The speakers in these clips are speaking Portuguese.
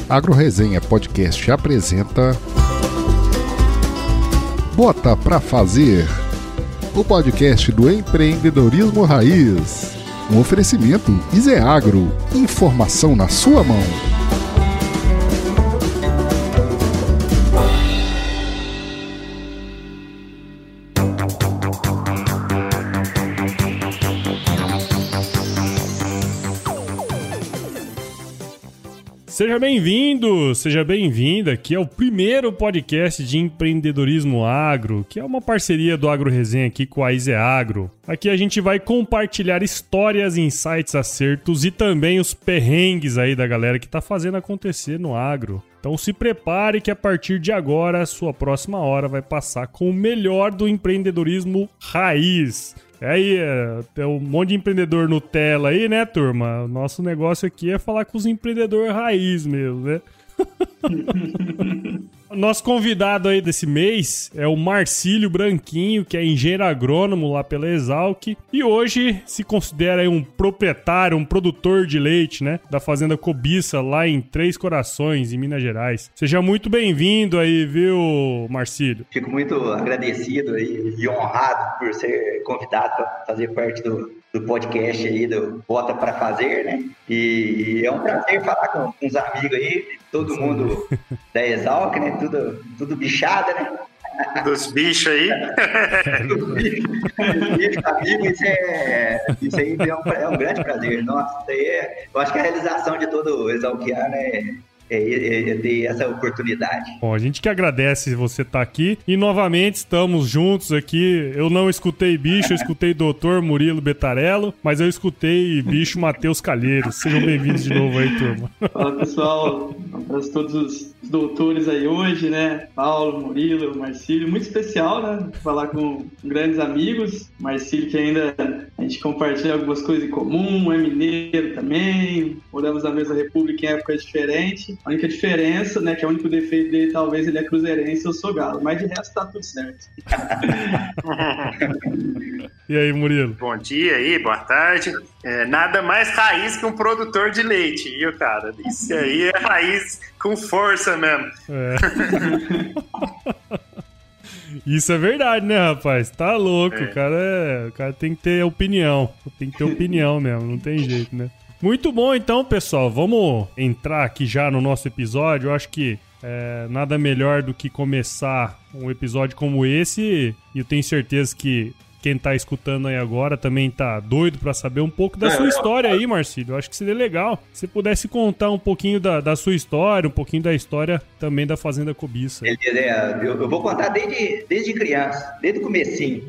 AgroResenha Podcast apresenta Bota Pra Fazer, o podcast do empreendedorismo raiz. Um oferecimento Izeagro, informação na sua mão. Seja bem-vindo, seja bem-vinda, aqui é o primeiro podcast de empreendedorismo agro, que é uma parceria do AgroResenha aqui com a Izeagro. Aqui a gente vai compartilhar histórias, insights, acertos e também os perrengues aí da galera que tá fazendo acontecer no agro. Então se prepare que a partir de agora a sua próxima hora vai passar com o melhor do empreendedorismo raiz. Aí, tem um monte de empreendedor Nutella aí, né, turma? O nosso negócio aqui é falar com os empreendedores raiz mesmo, né? Nosso convidado aí desse mês é o Marcílio Branquinho, que é engenheiro agrônomo lá pela Exalc, e hoje se considera aí um proprietário, um produtor de leite, né, da fazenda Cobiça, lá em Três Corações, em Minas Gerais. Seja muito bem-vindo aí, viu, Marcílio? Fico muito agradecido aí e honrado por ser convidado para fazer parte do podcast aí, do Bota Pra Fazer, né? E é um prazer falar com os amigos aí, todo mundo da Exalc, né? Tudo bichada, né? Dos bichos aí. Dos bichos, amigos, isso aí é um grande prazer. Nossa, isso aí eu acho que a realização de todo exalquiano é ter essa oportunidade. Bom, a gente que agradece você estar aqui e novamente estamos juntos aqui. Eu não escutei bicho, eu escutei doutor Murilo Betarello, mas eu escutei bicho Matheus Calheiros. Sejam bem-vindos de novo aí, turma. Fala, pessoal. Um abraço a todos os doutores aí hoje, né? Paulo, Murilo, Marcílio. Muito especial, né? Falar com grandes amigos. Marcílio, que ainda a gente compartilha algumas coisas em comum, é mineiro também. Moramos na mesma república em épocas diferentes. A única diferença, né, que é o único defeito dele, talvez ele é cruzeirense, eu sou galo, mas de resto tá tudo certo. E aí, Murilo? Bom dia aí, boa tarde. Nada mais raiz que um produtor de leite, viu, cara? Isso aí é raiz com força mesmo. Isso é verdade, né, rapaz? Tá louco, o cara tem que ter opinião. Tem que ter opinião mesmo, não tem jeito, né? Muito bom, então, pessoal. Vamos entrar aqui já no nosso episódio. Eu acho que nada melhor do que começar um episódio como esse. E eu tenho certeza que quem tá escutando aí agora também tá doido pra saber um pouco da sua história aí, Marcílio. Eu acho que seria legal se você pudesse contar um pouquinho da sua história, um pouquinho da história também da Fazenda Cobiça. Eu vou contar desde criança, desde o comecinho.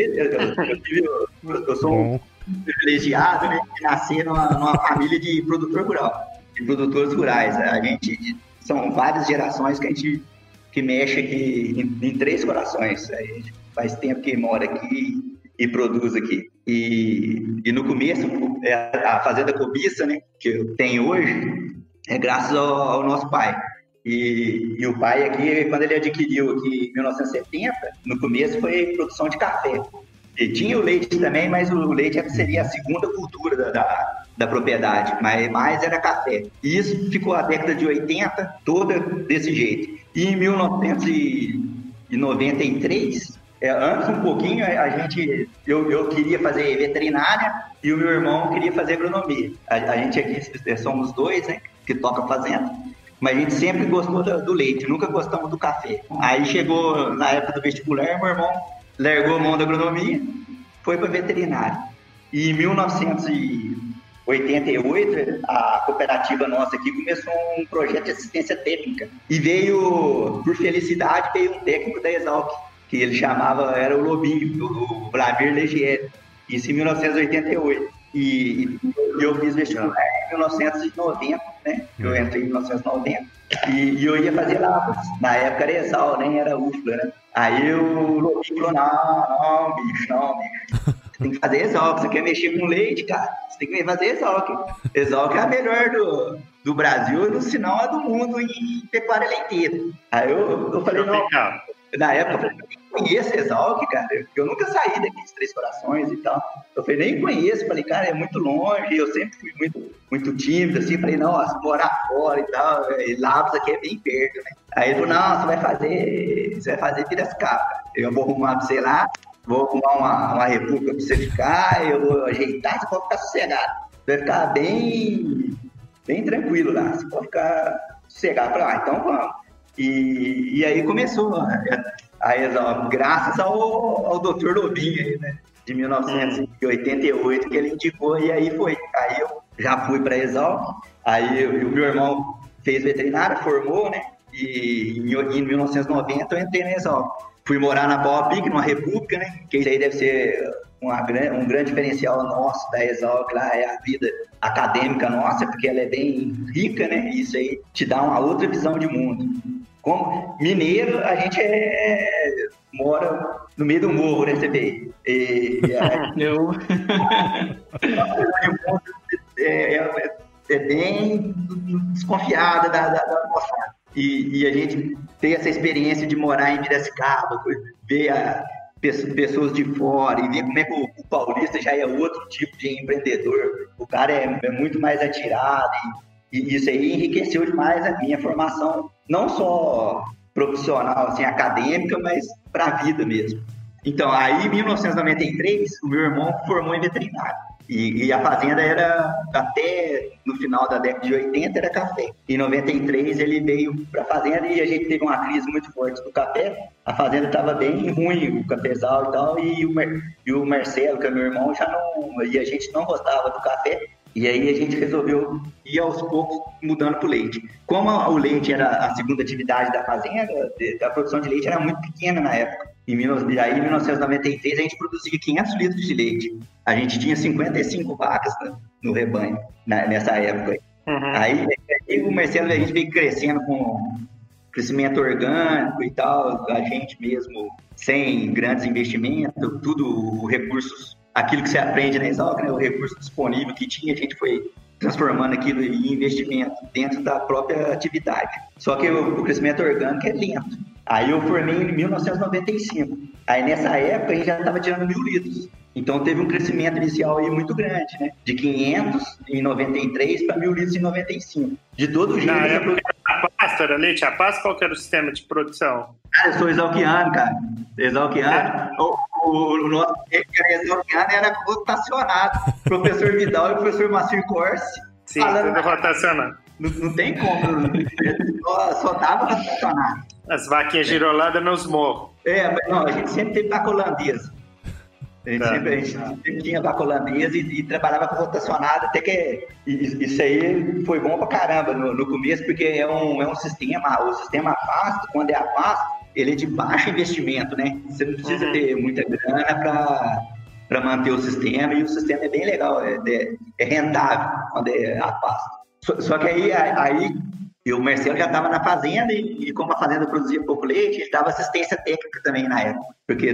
Eu sou um privilegiado, né, de nascer numa família de produtor rural, de produtores rurais. A gente, são várias gerações que mexe aqui em Três Corações. A gente faz tempo que mora aqui e produz aqui. E no começo, a Fazenda Cobiça, né, que eu tenho hoje, é graças ao nosso pai. E o pai aqui, quando ele adquiriu aqui em 1970, no começo foi produção de café. E tinha o leite também, mas o leite seria a segunda cultura da propriedade, mas mais era café. E isso ficou a década de 80 toda desse jeito. E em 1993, antes um pouquinho, eu queria fazer veterinária e o meu irmão queria fazer agronomia. A gente aqui somos dois, né, que toca fazenda. Mas a gente sempre gostou do leite, nunca gostamos do café. Aí chegou na época do vestibular, meu irmão largou a mão da agronomia, foi para veterinária. E em 1988, a cooperativa nossa aqui começou um projeto de assistência técnica. E por felicidade, veio um técnico da Exalc, que ele era o Lobinho, o Vladimir Legieri. Isso em 1988. E eu fiz vestibular em 1990, né? Eu entrei em 1990. E eu ia fazer Lavras. Na época era Exal, nem era UFLA, né? Aí o Lobinho falou, não, bicho. Você tem que fazer Exalc. Você quer mexer com leite, cara? Você tem que fazer Exalc. Exalc é a melhor do Brasil, se não a do mundo em pecuária leiteira. Aí eu falei, não. Na época, eu falei, nem conheço Exalc, cara. Eu nunca saí daqui de Três Corações e tal. Eu falei, nem conheço. Falei, cara, é muito longe. Eu sempre fui muito tímido, assim. Falei, não, se morar fora e tal. E Lavras aqui é bem perto, né? Aí ele falou, não, você vai fazer Piracicaba. Eu vou arrumar, sei lá, vou arrumar uma república pra você ficar, eu vou ajeitar, você pode ficar sossegado. Você vai ficar bem tranquilo lá. Você pode ficar sossegado. Eu falei, então vamos. E aí começou a Exalc, graças ao Dr. Lobinho, né, de 1988, que ele indicou, e aí foi. Aí eu já fui para a Exalc, aí o meu irmão fez veterinária, formou, né, e em 1990 eu entrei na Exalc. Fui morar na Baupic, numa república, né, que isso aí deve ser um grande diferencial nosso da Exalc, lá é a vida acadêmica nossa, porque ela é bem rica, né, e isso aí te dá uma outra visão de mundo. Como mineiro, a gente mora no meio do morro, né, você vê? É bem desconfiada da nossa. E a gente tem essa experiência de morar em Piracicaba, ver pessoas de fora e ver como é que o paulista já é outro tipo de empreendedor. O cara é muito mais atirado e isso aí enriqueceu demais a minha formação, não só profissional, assim, acadêmica, mas para a vida mesmo. Então, aí em 1993, o meu irmão formou em veterinário. E a fazenda era, até no final da década de 80, era café. Em 93 ele veio para a fazenda e a gente teve uma crise muito forte do café. A fazenda estava bem ruim, o cafezal e tal, e o Marcelo, que é meu irmão, e a gente não gostava do café. E aí a gente resolveu ir aos poucos mudando para o leite. Como o leite era a segunda atividade da fazenda, a produção de leite era muito pequena na época. E aí, em 1993, a gente produzia 500 litros de leite. A gente tinha 55 vacas no rebanho nessa época. Uhum. Aí o Marcelo, a gente veio crescendo com crescimento orgânico e tal, a gente mesmo, sem grandes investimentos, tudo recursos. Aquilo que você aprende na Exalc, né, o recurso disponível que tinha, a gente foi transformando aquilo em investimento dentro da própria atividade. Só que o crescimento orgânico é lento. Aí eu formei em 1995. Aí nessa época a gente já estava tirando 1.000 litros. Então teve um crescimento inicial aí muito grande, né? De 500 em 93 para 1.000 litros em 95. De todo jeito. Na época a pasta era leite? A pasta, qual que era o sistema de produção? Cara, eu sou exalquiano, cara. Exalquiano. O nosso exalquiano era rotacionado. O professor Vidal e o professor Macir Corsi. Sim, tudo rotacionado. Não tem como. Só dava rotacionado. As vaquinhas giroladas nos morros. Mas não, a gente sempre teve vaca holandesa. A gente sempre tinha vaca holandesa e trabalhava com rotacionado, até que isso aí foi bom pra caramba no começo, porque é um sistema, o sistema pasto, quando é a pasto, ele é de baixo investimento, né? Você não precisa ter muita grana para manter o sistema, e o sistema é bem legal, é rentável quando é a pasto. Só que aí o Marcelo já estava na fazenda e como a fazenda produzia pouco leite, ele dava assistência técnica também na época, porque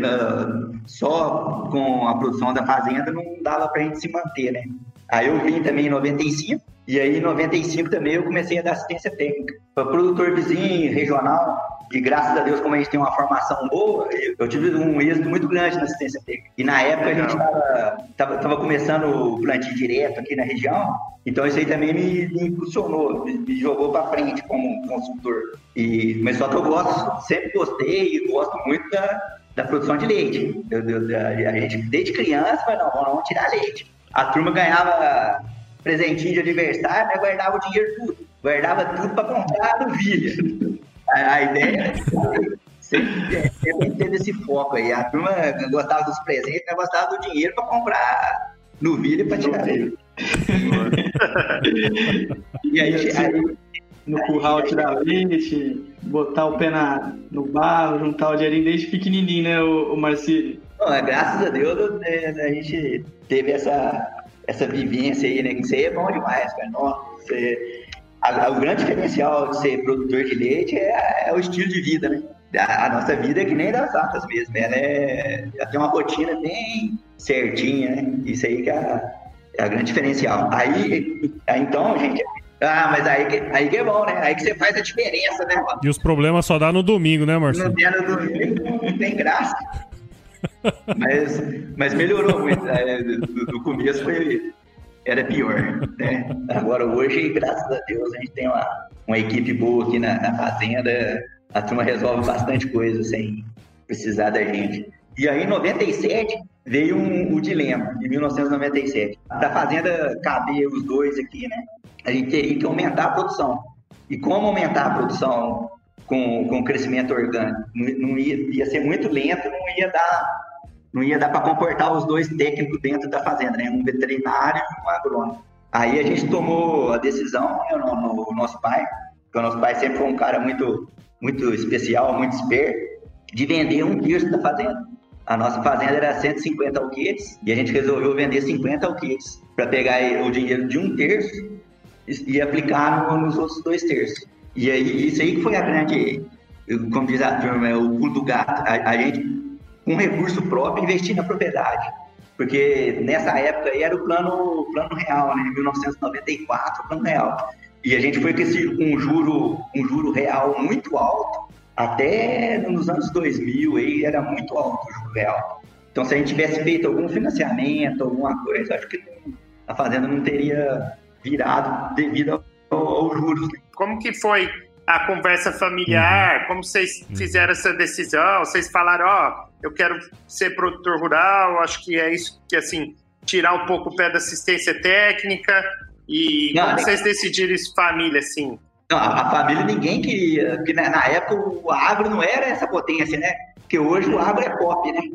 só com a produção da fazenda não dava para a gente se manter, né? Aí eu vim também em 95, e aí em 95 também eu comecei a dar assistência técnica para produtor vizinho, regional. E graças a Deus, como a gente tem uma formação boa, eu tive um êxito muito grande na assistência técnica. E na época a gente estava começando o plantio direto aqui na região, então isso aí também me impulsionou, me jogou para frente como consultor. Mas só que eu sempre gostei e gosto muito da produção de leite. A gente, desde criança, mas não, vamos tirar leite. A turma ganhava presentinho de aniversário, né, guardava o dinheiro tudo. Guardava tudo para comprar novilha. A ideia sempre teve esse foco aí. A turma gostava dos presentes, mas gostava do dinheiro para comprar novilha para tirar leite. E aí no curral tirar leite, botar o pé no barro, juntar o dinheirinho desde pequenininho, né, o Marcílio? Graças a Deus a gente teve essa vivência aí, né? Isso aí é bom demais, cara. Nossa, o grande diferencial de ser produtor de leite é o estilo de vida, né? A nossa vida é que nem das vacas mesmo, né? Ela tem uma rotina bem certinha, né? Isso aí que é a grande diferencial. Aí então, gente, Ah, mas aí que é bom, né? Aí que você faz a diferença, né, mano? E os problemas só dá no domingo, né, Marcelo? No dia do domingo não tem graça. Mas melhorou muito. Do começo era pior, né? Agora hoje, graças a Deus, a gente tem uma equipe boa aqui na fazenda. A turma resolve bastante coisa sem precisar da gente. E aí, em 97, veio o dilema, em 1997. Da fazenda caber os dois aqui, né? A gente teria que aumentar a produção. E como aumentar a produção com o crescimento orgânico? Não ia ser muito lento, não ia dar para comportar os dois técnicos dentro da fazenda, né? Um veterinário e um agrônomo. Aí a gente tomou a decisão, né, no nosso pai, porque o nosso pai sempre foi um cara muito, muito especial, muito esperto, de vender 1/3 da fazenda. A nossa fazenda era 150 alqueires e a gente resolveu vender 50 alqueires para pegar o dinheiro de 1/3 e aplicar nos outros 2/3. E aí, isso aí que foi a grande, como diz a turma, o pulo do gato. A gente, com recurso próprio, investir na propriedade. Porque nessa época aí era o plano real, né? Em 1994, o plano real. E a gente foi com um juro real muito alto. Até nos anos 2000 aí era muito alto o juro real. Então, se a gente tivesse feito algum financiamento, alguma coisa, acho que a fazenda não teria virado devido aos juros. Como que foi a conversa familiar? Como vocês fizeram essa decisão? Vocês falaram, eu quero ser produtor rural, acho que é isso que, assim, tirar um pouco o pé da assistência técnica. E como vocês decidiram isso, família, assim? Não, a família ninguém queria, porque na época o agro não era essa potência, né? Porque hoje o agro é pop, né?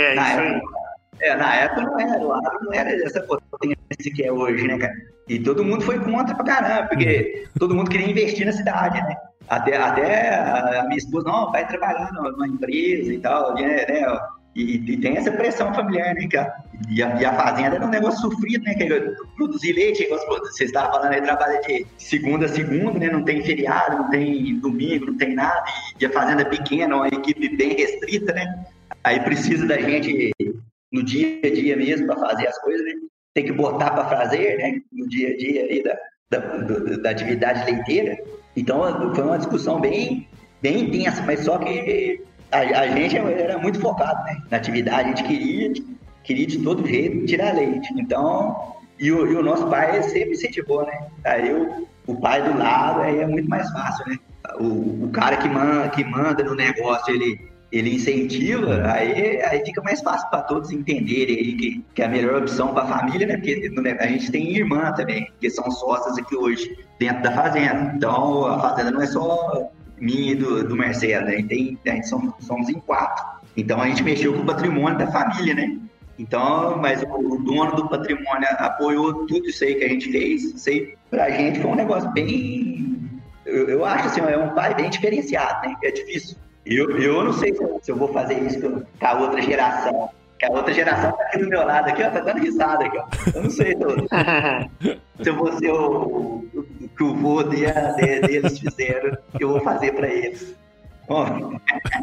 Na época não era, o agro não era essa potência que é hoje, né, cara? E todo mundo foi contra pra caramba, porque todo mundo queria investir na cidade, né? Até a minha esposa, não, vai trabalhar numa empresa e tal, né? E tem essa pressão familiar, né, cara? E a fazenda era um negócio sofrido, né? Produzir leite, vocês estavam falando aí, trabalha de segunda a segunda, né? Não tem feriado, não tem domingo, não tem nada. E a fazenda é pequena, uma equipe bem restrita, né? Aí precisa da gente no dia a dia mesmo para fazer as coisas, né? Tem que botar para fazer, né? No dia a dia aí da atividade leiteira. Então, foi uma discussão bem intensa, mas só que a gente era muito focado, né, na atividade. A gente queria de todo jeito tirar leite. Então, e o nosso pai sempre incentivou, né? Aí o pai do lado aí é muito mais fácil, né? O cara que manda no negócio, ele incentiva, aí fica mais fácil para todos entenderem aí que é a melhor opção para a família, né? Porque a gente tem irmã também, que são sócias aqui hoje dentro da fazenda. Então, a fazenda não é só minha e do Marcelo, né? A gente somos em 4. Então, a gente mexeu com o patrimônio da família, né? Então, mas o dono do patrimônio apoiou tudo isso aí que a gente fez. Isso aí, pra gente, foi um negócio bem... Eu acho assim, é um pai bem diferenciado, né? É difícil. Eu não sei se eu vou fazer isso com a outra geração. Que a outra geração tá aqui do meu lado, aqui, ó, tá dando risada aqui, ó. Eu não sei se eu vou ser o que o vô deles fizeram, que eu vou fazer pra eles. Bom.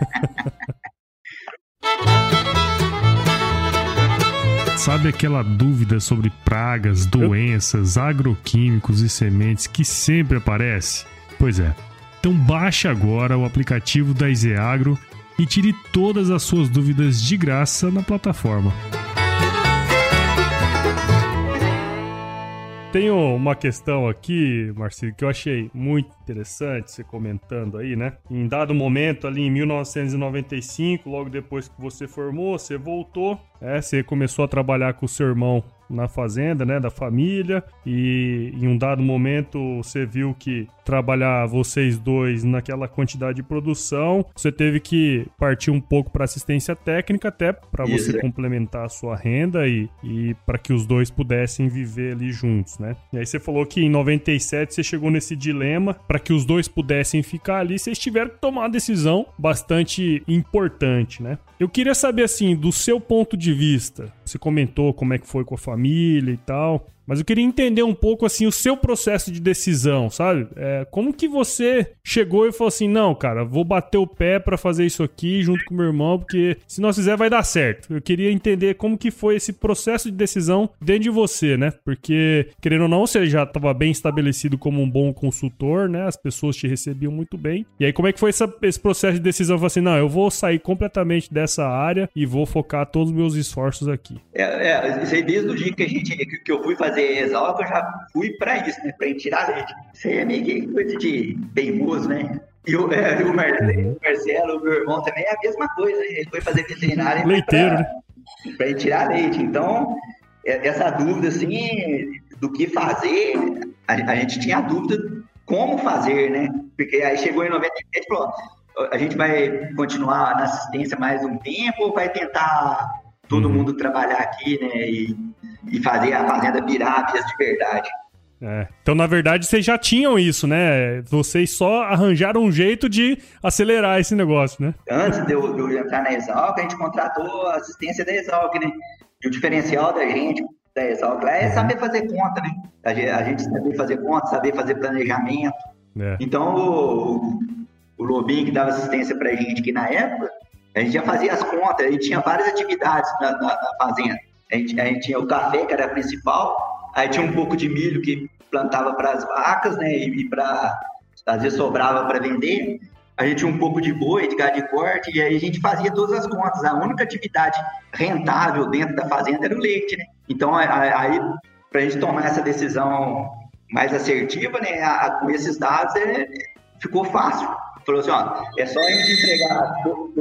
Sabe aquela dúvida sobre pragas, doenças, agroquímicos e sementes que sempre aparece? Pois é. Então baixe agora o aplicativo da Izeagro e tire todas as suas dúvidas de graça na plataforma. Tenho uma questão aqui, Marcelo, que eu achei muito interessante você comentando aí, né? Em dado momento, ali em 1995, logo depois que você formou, você voltou, você começou a trabalhar com o seu irmão na fazenda, né, da família, e em um dado momento você viu que trabalhar vocês dois naquela quantidade de produção, você teve que partir um pouco para assistência técnica até para você complementar a sua renda e para que os dois pudessem viver ali juntos, né? E aí você falou que em 97 você chegou nesse dilema, para que os dois pudessem ficar ali, vocês tiveram que tomar uma decisão bastante importante, né? Eu queria saber, assim, do seu ponto de vista, você comentou como é que foi com a família e tal, Mas eu queria entender um pouco, assim, o seu processo de decisão, sabe? Como que você chegou e falou assim, não, cara, vou bater o pé pra fazer isso aqui junto com o meu irmão, porque se nós fizer vai dar certo. Eu queria entender como que foi esse processo de decisão dentro de você, né? Porque, querendo ou não, você já estava bem estabelecido como um bom consultor, né? As pessoas te recebiam muito bem. E aí, como é que foi esse processo de decisão? Falei assim, não, eu vou sair completamente dessa área e vou focar todos os meus esforços aqui. Isso aí, desde o dia que eu fui fazer Exalc, eu já fui pra isso, né? Pra gente tirar leite. Isso aí é meio que coisa de teimoso, né? E o Marcelo, o meu irmão, também é a mesma coisa, né? Ele foi fazer veterinária leiteiro, né? Pra gente tirar leite. Então, essa dúvida, assim, do que fazer, a gente tinha a dúvida como fazer, né? Porque aí chegou em 97 e falou, a gente vai continuar na assistência mais um tempo ou vai tentar todo mundo trabalhar aqui, né? E fazer a fazenda virar mesmo de verdade. Então, na verdade, vocês já tinham isso, né? Vocês só arranjaram um jeito de acelerar esse negócio, né? Antes de eu entrar na Exalc, a gente contratou a assistência da Exalc, né? E o diferencial da gente, da Exalc, lá é saber fazer conta, né? A gente saber fazer conta, saber fazer planejamento. Então, o Lobinho, que dava assistência pra gente aqui na época, a gente já fazia as contas, a gente tinha várias atividades na fazenda. A gente tinha o café, que era a principal, aí tinha um pouco de milho que plantava para as vacas, né? E às vezes sobrava para vender. A gente tinha um pouco de boi, de gado de corte, e aí a gente fazia todas as contas. A única atividade rentável dentro da fazenda era o leite, né? Então, aí para a gente tomar essa decisão mais assertiva, né? Com esses dados, ficou fácil. Falou assim, ó, é só a gente entregar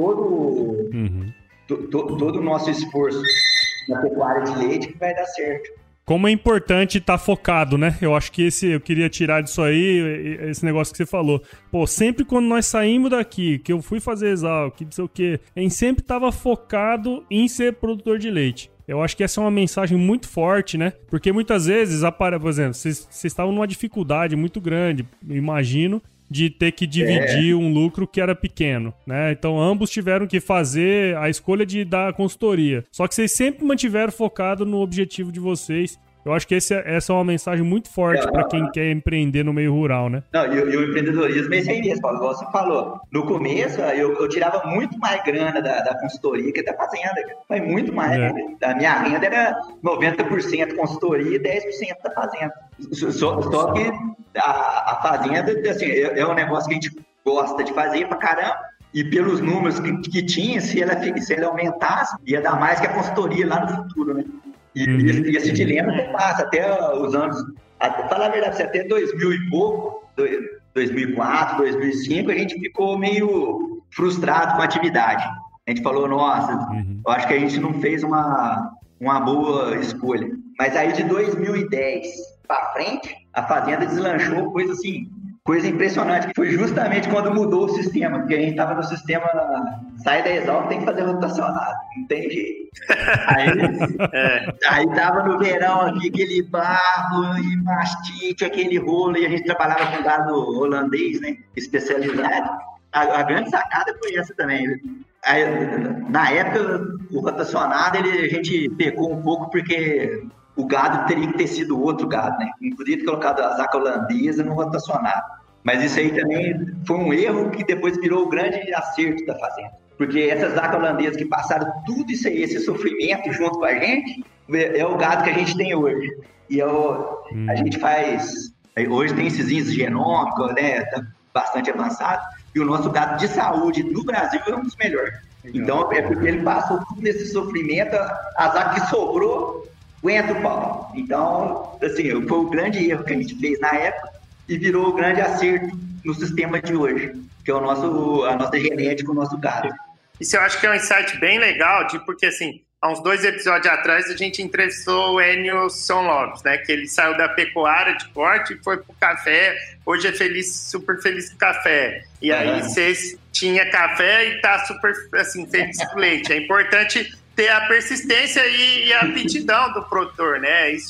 todo o nosso esforço na pecuária de leite que vai dar certo. Como é importante estar focado, né? Eu acho que eu queria tirar disso aí, esse negócio que você falou. Pô, sempre quando nós saímos daqui, que eu fui fazer Exalc, não sei o quê, a gente sempre estava focado em ser produtor de leite. Eu acho que essa é uma mensagem muito forte, né? Porque muitas vezes, por exemplo, vocês estavam numa dificuldade muito grande, imagino, de ter que dividir um lucro que era pequeno, né? Então, ambos tiveram que fazer a escolha de dar consultoria. Só que vocês sempre mantiveram focado no objetivo de vocês. Eu acho que essa é uma mensagem muito forte para quem quer empreender no meio rural, né? Não, e o empreendedorismo é isso aí mesmo, Paulo, igual você falou. No começo, eu tirava muito mais grana da consultoria que da fazenda. Mas muito mais. A minha renda era 90% consultoria e 10% da fazenda. Só que a fazenda, assim, é um negócio que a gente gosta de fazer pra caramba. E pelos números que tinha, se ela aumentasse, ia dar mais que a consultoria lá no futuro, né? E esse dilema passa até os anos, pra falar a verdade, até 2000 e pouco, 2004, 2005, a gente ficou meio frustrado com a atividade. A gente falou, nossa, eu acho que a gente não fez uma boa escolha. Mas aí de 2010 para frente, a fazenda deslanchou coisa impressionante. Foi justamente quando mudou o sistema, porque a gente estava no sistema sai da Exalc, tem que fazer rotacionado, não tem jeito. Aí tava no verão aqui, aquele barro e mastite, aquele rolo, e a gente trabalhava com gado holandês, né, especializado. A grande sacada foi essa também. Aí, na época, o rotacionado, a gente pecou um pouco porque o gado teria que ter sido outro gado, né? Não podia ter colocado a zaca holandesa no rotacionado. Mas isso aí também foi um erro que depois virou o grande acerto da fazenda. Porque essas vacas holandesas que passaram tudo isso aí, esse sofrimento junto com a gente, é o gado que a gente tem hoje. E a gente faz... Hoje tem esses índices genômicos, né? Tá bastante avançado. E o nosso gado de saúde no Brasil é um dos melhores. Então, é porque ele passou tudo esse sofrimento, a vaca que sobrou, aguenta o pau. Então, assim, foi o grande erro que a gente fez na época e virou o grande acerto no sistema de hoje, que é a nossa genética, o nosso gado. Isso eu acho que é um insight bem legal, porque assim, há uns 2 episódios atrás a gente entrevistou o Enio São Lopes, né, que ele saiu da pecuária de corte e foi pro café, hoje é super feliz com café. E aí vocês tinha café e tá super assim, feliz com leite. É importante ter a persistência e a aptidão do produtor, né? Isso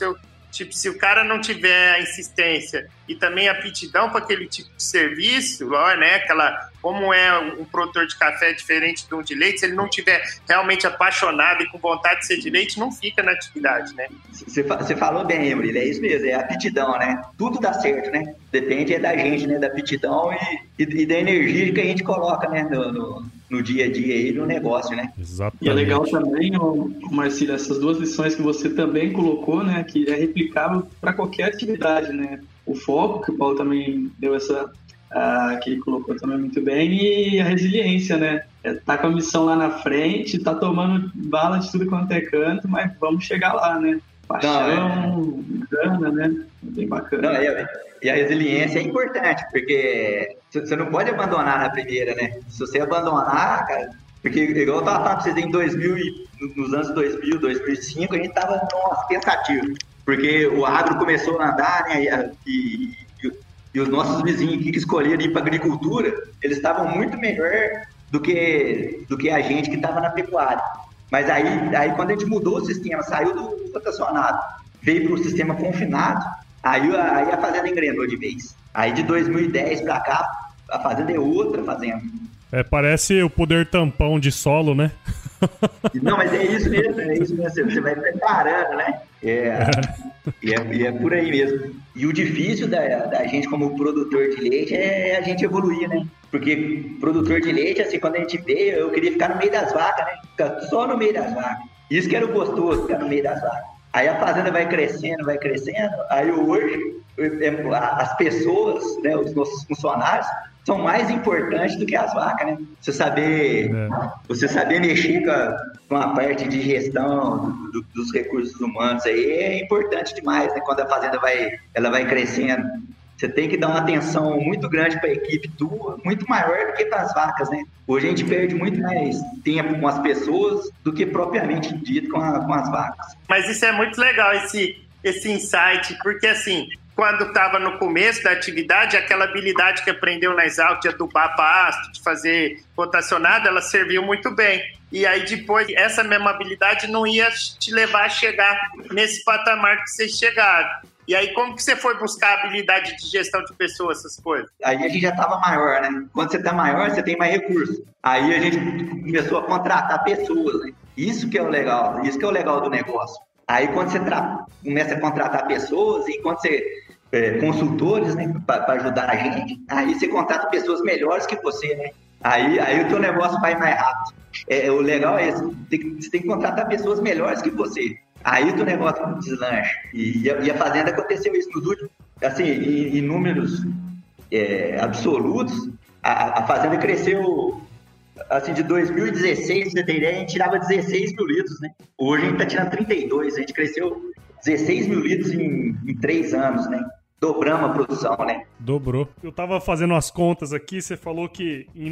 Tipo, se o cara não tiver a insistência e também a aptidão para aquele tipo de serviço, né? Como é um produtor de café diferente de um de leite, se ele não tiver realmente apaixonado e com vontade de ser de leite, não fica na atividade, né? Você falou bem, Murilo, é isso mesmo, é a aptidão, né? Tudo dá certo, né? Depende da gente, né? Da aptidão e da energia que a gente coloca, né? No dia a dia aí, no negócio, né? Exatamente. E é legal também, Marcílio, essas duas lições que você também colocou, né? Que é replicável para qualquer atividade, né? O foco, que o Paulo também deu que ele colocou também muito bem, e a resiliência, né? Tá com a missão lá na frente, tá tomando bala de tudo quanto é canto, mas vamos chegar lá, né? Paixão, gana, né? Bem bacana. Não, e a resiliência é importante, porque você não pode abandonar na primeira, né? Se você abandonar, cara, porque igual eu tava falando pra vocês, nos anos 2000, 2005, a gente tava pensativo, porque o agro começou a andar, né? E os nossos vizinhos que escolheram ir para agricultura, eles estavam muito melhor do que a gente que estava na pecuária. Mas aí quando a gente mudou o sistema, saiu do rotacionado, veio para o sistema confinado, aí a fazenda engrenou de vez. Aí de 2010 para cá, a fazenda é outra fazenda. Parece o poder tampão de solo, né? Não, mas é isso mesmo. Você vai preparando, né? E é por aí mesmo. E o difícil da gente como produtor de leite é a gente evoluir, né? Porque produtor de leite, assim, quando a gente vê, eu queria ficar no meio das vacas, né? Ficar só no meio das vacas. Isso que era o gostoso, ficar no meio das vacas. Aí a fazenda vai crescendo. Aí hoje, as pessoas, né, os nossos funcionários, são mais importantes do que as vacas, né? Você saber mexer com a parte de gestão dos recursos humanos aí é importante demais, né? Quando a fazenda vai crescendo. Você tem que dar uma atenção muito grande para a equipe tua, muito maior do que para as vacas, né? Hoje a gente perde muito mais tempo com as pessoas do que propriamente dito com as vacas. Mas isso é muito legal, esse insight, porque assim, quando estava no começo da atividade, aquela habilidade que aprendeu na Exalc de adubar pasto, de fazer rotacionado, ela serviu muito bem. E aí depois, essa mesma habilidade não ia te levar a chegar nesse patamar que vocês chegaram. E aí, como que você foi buscar a habilidade de gestão de pessoas, essas coisas? Aí a gente já estava maior, né? Quando você está maior, você tem mais recursos. Aí a gente começou a contratar pessoas, né? Isso que é o legal do negócio. Aí quando você começa a contratar pessoas e quando você... consultores, né, para ajudar a gente, aí você contrata pessoas melhores que você, né? Aí o teu negócio vai mais rápido. O legal é esse, você tem que contratar pessoas melhores que você. Aí o teu negócio deslancha. E a fazenda aconteceu isso nos últimos, assim, em números absolutos, a fazenda cresceu, assim, de 2016, pra você ter ideia, a gente tirava 16 mil litros, né? Hoje a gente tá tirando 32, a gente cresceu 16 mil litros em 3 anos, né? Dobramos a produção, né? Dobrou. Eu tava fazendo as contas aqui, você falou que em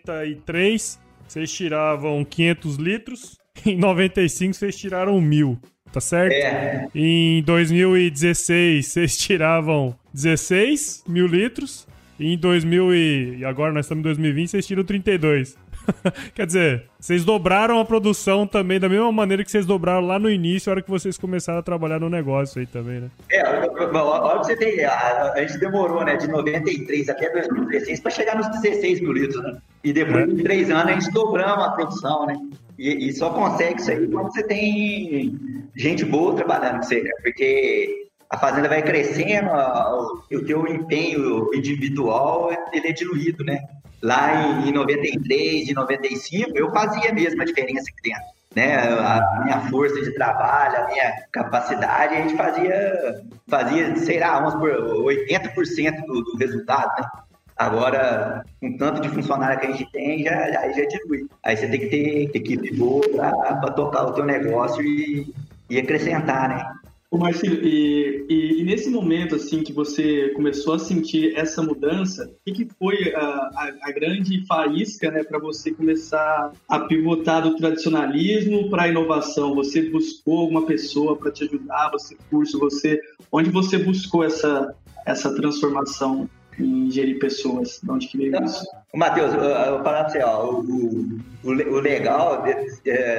93 vocês tiravam 500 litros, em 95 vocês tiraram 1.000, tá certo? Em 2016 vocês tiravam 16 mil litros, e e agora nós estamos em 2020, vocês tiram 32. Quer dizer, vocês dobraram a produção também da mesma maneira que vocês dobraram lá no início, a hora que vocês começaram a trabalhar no negócio aí também, né? Olha pra você ter ideia, a gente demorou, né, de 93 até 2016 para chegar nos 16 mil litros, né? E depois de 3 anos a gente dobramos a produção, né? E só consegue isso aí quando você tem gente boa trabalhando com você, né? Porque a fazenda vai crescendo, o teu empenho individual ele é diluído, né? Lá em 93, em 95, eu fazia mesmo a diferença aqui dentro, né? A minha força de trabalho, a minha capacidade, a gente fazia, sei lá, vamos por 80% do resultado, né? Agora, com tanto de funcionário que a gente tem, já dilui. Aí você tem que ter equipe boa para tocar o teu negócio e acrescentar, né? Ô Marcílio, e nesse momento assim que você começou a sentir essa mudança, o que foi a grande faísca, né, para você começar a pivotar do tradicionalismo para a inovação? Você buscou alguma pessoa para te ajudar? Onde você buscou essa transformação em gerir pessoas? De onde que veio isso? Matheus, eu vou falar para você, ó, o legal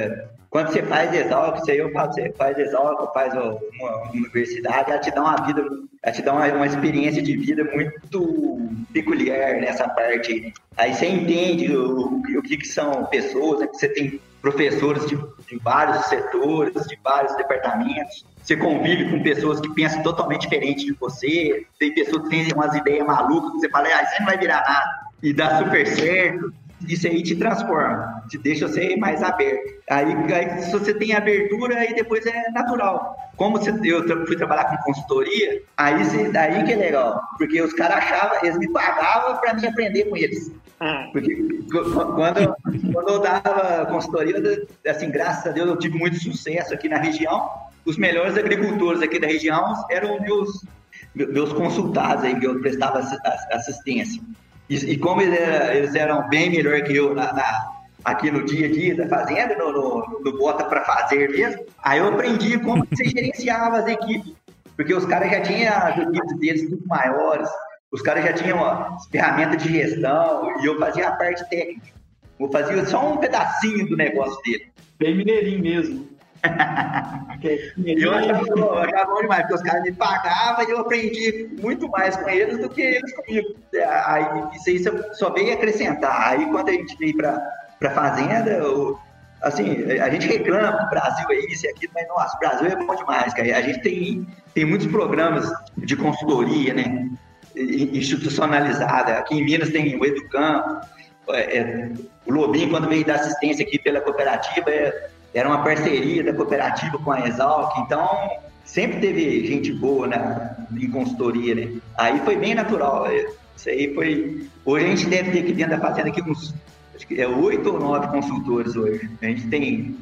quando você faz Exalc, isso aí eu falo, você faz Exalc, faz uma universidade, ela te dá uma experiência de vida muito peculiar nessa parte aí. Aí você entende o que são pessoas, né? Você tem professores de vários setores, de vários departamentos. Você convive com pessoas que pensam totalmente diferente de você. Tem pessoas que têm umas ideias malucas, que você fala, isso aí não vai virar nada. E dá super certo. Isso aí te transforma, te deixa você mais aberto. Aí se você tem abertura, aí depois é natural. Como eu fui trabalhar com consultoria, daí que é legal. Porque os caras achavam, eles me pagavam para mim aprender com eles. Porque quando eu dava consultoria, assim, graças a Deus eu tive muito sucesso aqui na região. Os melhores agricultores aqui da região eram meus consultados aí, que eu prestava assistência. E como eles eram bem melhor que eu aqui no dia a dia da fazenda, no bota para fazer mesmo, aí eu aprendi como você gerenciava as equipes, porque os caras já tinham as equipes deles muito maiores, os caras já tinham as ferramentas de gestão, e eu fazia a parte técnica. Eu fazia só um pedacinho do negócio dele. Bem mineirinho mesmo. Eu achava bom demais, porque os caras me pagavam e eu aprendi muito mais com eles do que eles comigo. Aí isso aí só veio acrescentar. Aí quando a gente veio para fazenda, assim, a gente reclama que o Brasil é isso e aquilo, mas nossa, o Brasil é bom demais, cara. A gente tem muitos programas de consultoria, né, institucionalizada. Aqui em Minas tem o Educampo, o Lobinho, quando veio dar assistência aqui pela cooperativa, era uma parceria da cooperativa com a Exalc, então sempre teve gente boa, né, em consultoria, né? Aí foi bem natural. Isso aí foi. Hoje a gente deve ter aqui dentro da fazenda aqui acho que 8 ou 9 consultores hoje. A gente tem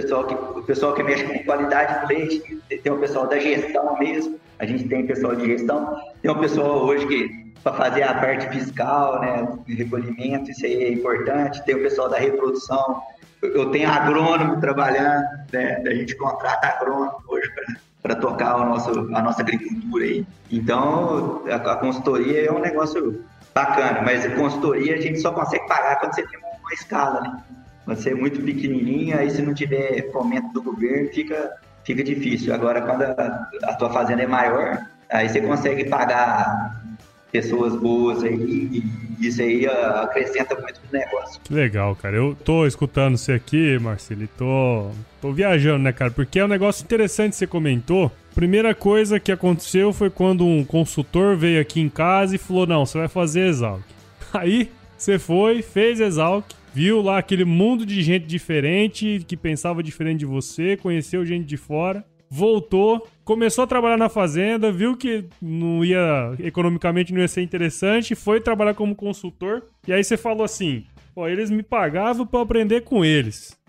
o pessoal que mexe com qualidade do leite, tem o pessoal da gestão mesmo, a gente tem pessoal de gestão, tem o pessoal hoje que para fazer a parte fiscal, né, de recolhimento, isso aí é importante, tem o pessoal da reprodução. Eu tenho agrônomo trabalhando, né? A gente contrata agrônomo hoje para tocar a nossa agricultura aí. Então, a consultoria é um negócio bacana, mas a consultoria a gente só consegue pagar quando você tem uma escala, né? Quando você é muito pequenininho, aí se não tiver fomento do governo, fica difícil. Agora, quando a tua fazenda é maior, aí você consegue pagar pessoas boas aí, e isso aí acrescenta muito no negócio. Legal, cara. Eu tô escutando você aqui, Marcelo, e tô viajando, né, cara? Porque é um negócio interessante que você comentou. Primeira coisa que aconteceu foi quando um consultor veio aqui em casa e falou, não, você vai fazer Exalc. Aí, você fez Exalc, viu lá aquele mundo de gente diferente, que pensava diferente de você, conheceu gente de fora, voltou, começou a trabalhar na fazenda, viu que economicamente não ia ser interessante, foi trabalhar como consultor, e aí você falou assim, eles me pagavam pra eu aprender com eles.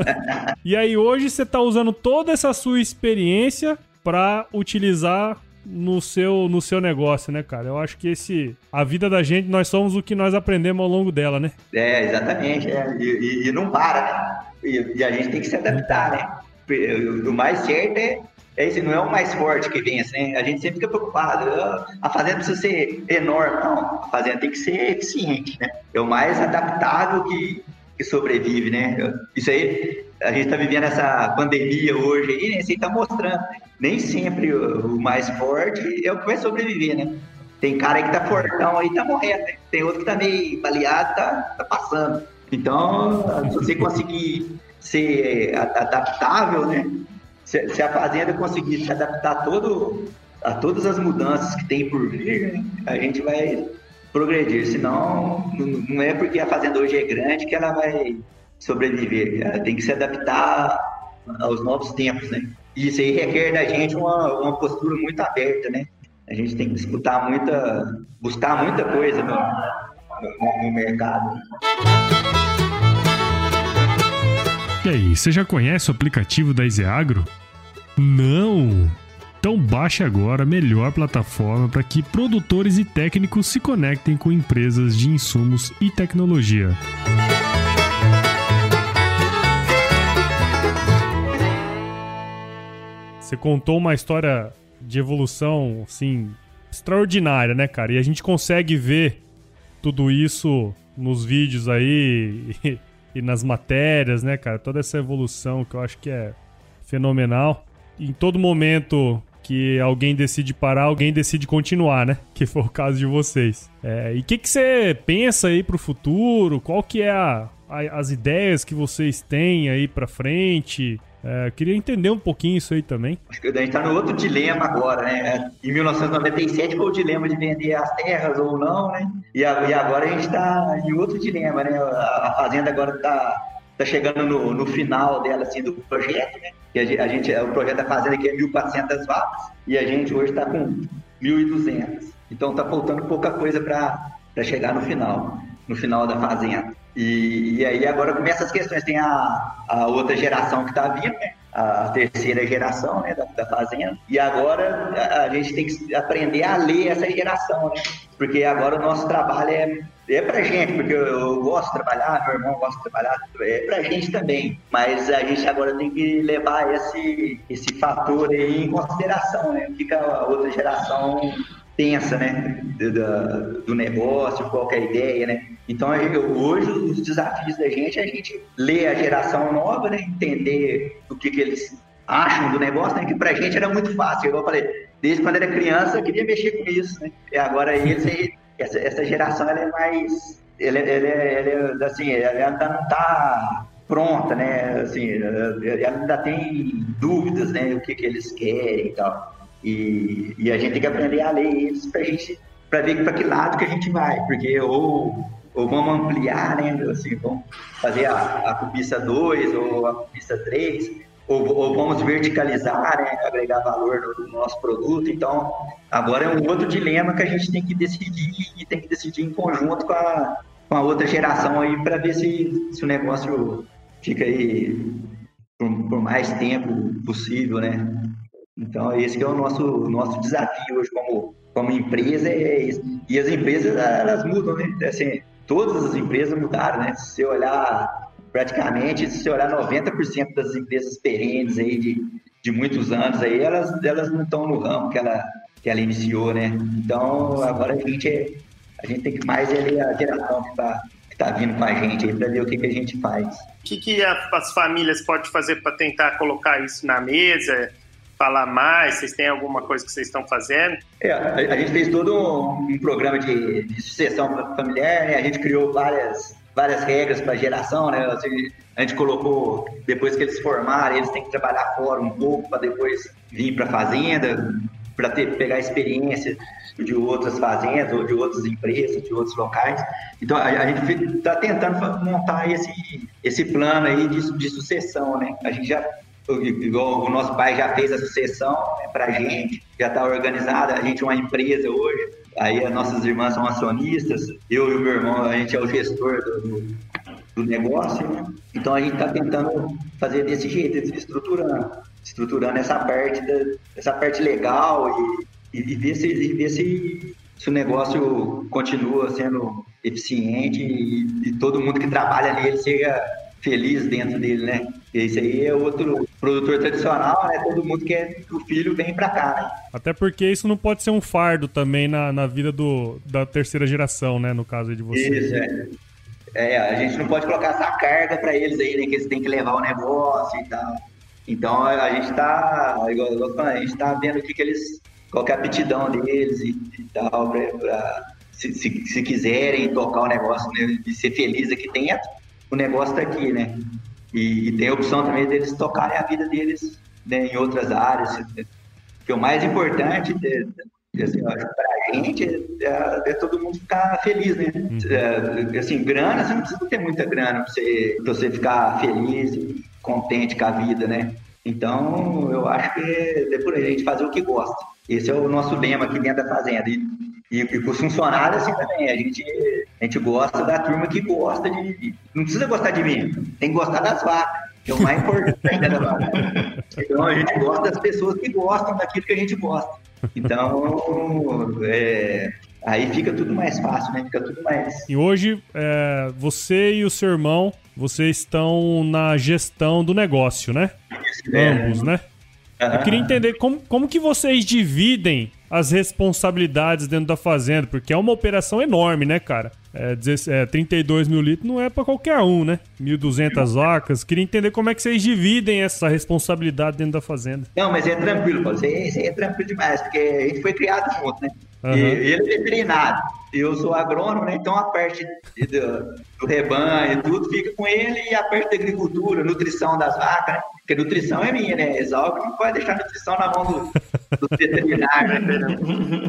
E aí hoje você tá usando toda essa sua experiência pra utilizar no seu negócio, né, cara? Eu acho que a vida da gente, nós somos o que nós aprendemos ao longo dela, né? Exatamente, e não para, né? E a gente tem que se adaptar, né? O mais certo é esse, não é o mais forte que vence, né? A gente sempre fica preocupado, a fazenda precisa ser enorme. Não, a fazenda tem que ser eficiente, né? É o mais adaptável que sobrevive, né? Isso aí, a gente está vivendo essa pandemia hoje aí, né? Isso aí tá mostrando, né? Nem sempre o mais forte é o que vai sobreviver, né? Tem cara que tá fortão aí, tá morrendo, né? Tem outro que tá meio baleado, tá passando. Então, se você conseguir ser adaptável, né? Se a fazenda conseguir se adaptar a todas as mudanças que tem por vir, né? A gente vai progredir. Senão, não é porque a fazenda hoje é grande que ela vai sobreviver. Ela tem que se adaptar aos novos tempos, né? E isso aí requer da gente uma postura muito aberta, né? A gente tem que buscar muita coisa no mercado. E aí, você já conhece o aplicativo da EasyAgro? Não? Então baixe agora a melhor plataforma para que produtores e técnicos se conectem com empresas de insumos e tecnologia. Você contou uma história de evolução, assim, extraordinária, né, cara? E a gente consegue ver tudo isso nos vídeos aí e nas matérias, né, cara? Toda essa evolução que eu acho que é fenomenal. Em todo momento que alguém decide parar, alguém decide continuar, né? Que foi o caso de vocês. E o que você pensa aí pro futuro? Qual que é as ideias que vocês têm aí pra frente? Queria entender um pouquinho isso aí também. Acho que a gente tá no outro dilema agora, né? Em 1997 foi o dilema de vender as terras ou não, né? E agora a gente tá em outro dilema, né? A fazenda agora tá chegando no final dela, assim, do projeto, né? Que o projeto da fazenda aqui é 1.400 vacas e a gente hoje está com 1.200. Então tá faltando pouca coisa para chegar no final da fazenda. E aí agora começam as questões, tem a outra geração que está vindo, né? A terceira geração, né, da fazenda, e agora a gente tem que aprender a ler essa geração, né? Porque agora o nosso trabalho é pra gente, porque eu gosto de trabalhar, meu irmão gosta de trabalhar, é pra gente também, mas a gente agora tem que levar esse fator aí em consideração, né? O que a outra geração pensa, né, do negócio, qual que é a ideia, né? Então, hoje, os desafios da gente é a gente ler a geração nova, né, entender o que eles acham do negócio, né, que pra gente era muito fácil, igual eu falei, desde quando era criança eu queria mexer com isso, né? E agora essa geração, ela é mais, ela assim, ela ainda não tá pronta, né, assim, ela ainda tem dúvidas, né, o que eles querem e tal. E a gente tem que aprender a ler eles para ver para que lado que a gente vai, porque ou vamos ampliar, né, assim, vamos fazer a cobiça 2 ou a cobiça 3, ou vamos verticalizar, né, agregar valor no nosso produto. Então, agora é um outro dilema que a gente tem que decidir, e tem que decidir em conjunto com a outra geração aí, para ver se o negócio fica aí por mais tempo possível, né? Então, esse que é o nosso desafio hoje como empresa, é esse. E as empresas, elas mudam, né? Assim, todas as empresas mudaram, né? Se você olhar, praticamente, se você olhar 90% das empresas perenes aí de muitos anos aí, elas não estão no ramo que ela iniciou, né? Então, agora a gente tem que mais ler a geração que tá vindo com a gente aí para ver o que a gente faz. O que as famílias podem fazer para tentar colocar isso na mesa? Falar mais? Vocês têm alguma coisa que vocês estão fazendo? A gente fez todo um programa de sucessão familiar, né? A gente criou várias regras para a geração, né? Assim, a gente colocou, depois que eles formarem, eles têm que trabalhar fora um pouco para depois vir para a fazenda, para pegar experiência de outras fazendas ou de outras empresas, de outros locais. Então, a gente está tentando montar esse plano aí de sucessão, né? A gente igual o nosso pai já fez a sucessão, né, pra gente, já está organizada, a gente é uma empresa hoje, aí as nossas irmãs são acionistas, eu e o meu irmão, a gente é o gestor do negócio, né? Então a gente está tentando fazer desse jeito, estruturando essa parte legal e ver se o negócio continua sendo eficiente e todo mundo que trabalha nele seja feliz dentro dele, né? Esse aí é outro produtor tradicional, né? Todo mundo quer que o filho venha pra cá, né? Até porque isso não pode ser um fardo também na vida da terceira geração, né? No caso aí de vocês. Isso, a gente não pode colocar essa carga pra eles aí, né? Que eles têm que levar o negócio e tal. Então, a gente tá, igual eu falando, a gente tá vendo qual que é a aptidão deles e tal, se quiserem tocar o negócio, né, e ser feliz aqui dentro, o negócio tá aqui, né? E tem a opção também deles tocarem a vida deles, né, em outras áreas. Que o mais importante, assim, para a gente, é todo mundo ficar feliz, né? Assim, grana, você não precisa ter muita grana para você ficar feliz e contente com a vida, né? Então, eu acho que é por aí, a gente fazer o que gosta. Esse é o nosso lema aqui dentro da fazenda. E com os funcionários, assim, também. A gente gosta da turma que gosta de... Não precisa gostar de mim, tem que gostar das vacas, que é o mais importante da vaca. Então, a gente gosta das pessoas que gostam daquilo que a gente gosta. Então, aí fica tudo mais fácil, né? Fica tudo mais... E hoje, você e o seu irmão, vocês estão na gestão do negócio, né? Ambos, né? Eu queria entender como que vocês dividem as responsabilidades dentro da fazenda, porque é uma operação enorme, né, cara? 32 mil litros não é pra qualquer um, né? 1.200 vacas. Queria entender como é que vocês dividem essa responsabilidade dentro da fazenda. Não, mas é tranquilo, Paulo. Isso é tranquilo demais, porque a gente foi criado junto, né? Uhum. E ele é veterinário, eu sou agrônomo, né? Então a parte do rebanho e tudo fica com ele, e a parte da agricultura, nutrição das vacas, né? Porque nutrição é minha, né? Exalc não pode deixar a nutrição na mão do veterinário, né?